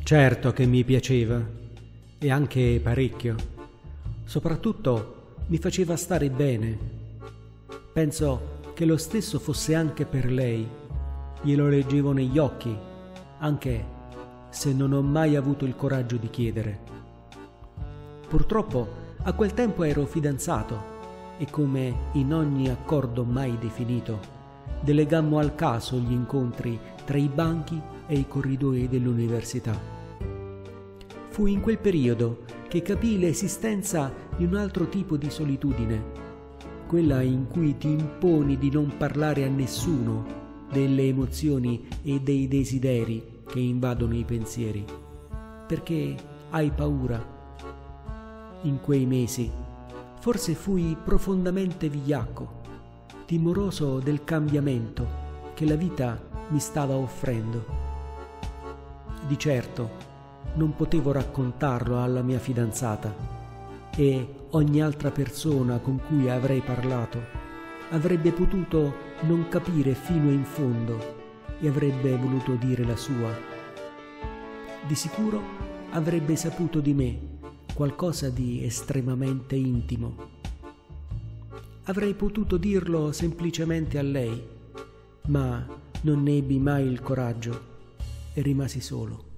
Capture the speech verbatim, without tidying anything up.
Certo che mi piaceva, e anche parecchio. Soprattutto mi faceva stare bene. Penso che lo stesso fosse anche per lei. Glielo leggevo negli occhi, anche se non ho mai avuto il coraggio di chiedere. Purtroppo a quel tempo ero fidanzato e, come in ogni accordo mai definito, delegammo al caso gli incontri tra i banchi e i corridoi dell'università. Fu in quel periodo che capii l'esistenza di un altro tipo di solitudine, quella in cui ti imponi di non parlare a nessuno delle emozioni e dei desideri che invadono i pensieri, perché hai paura. In quei mesi forse fui profondamente vigliacco, timoroso del cambiamento che la vita mi stava offrendo. Di certo non potevo raccontarlo alla mia fidanzata, e ogni altra persona con cui avrei parlato avrebbe potuto non capire fino in fondo e avrebbe voluto dire la sua. Di sicuro avrebbe saputo di me qualcosa di estremamente intimo. Avrei potuto dirlo semplicemente a lei, ma non ne ebbi mai il coraggio e rimasi solo.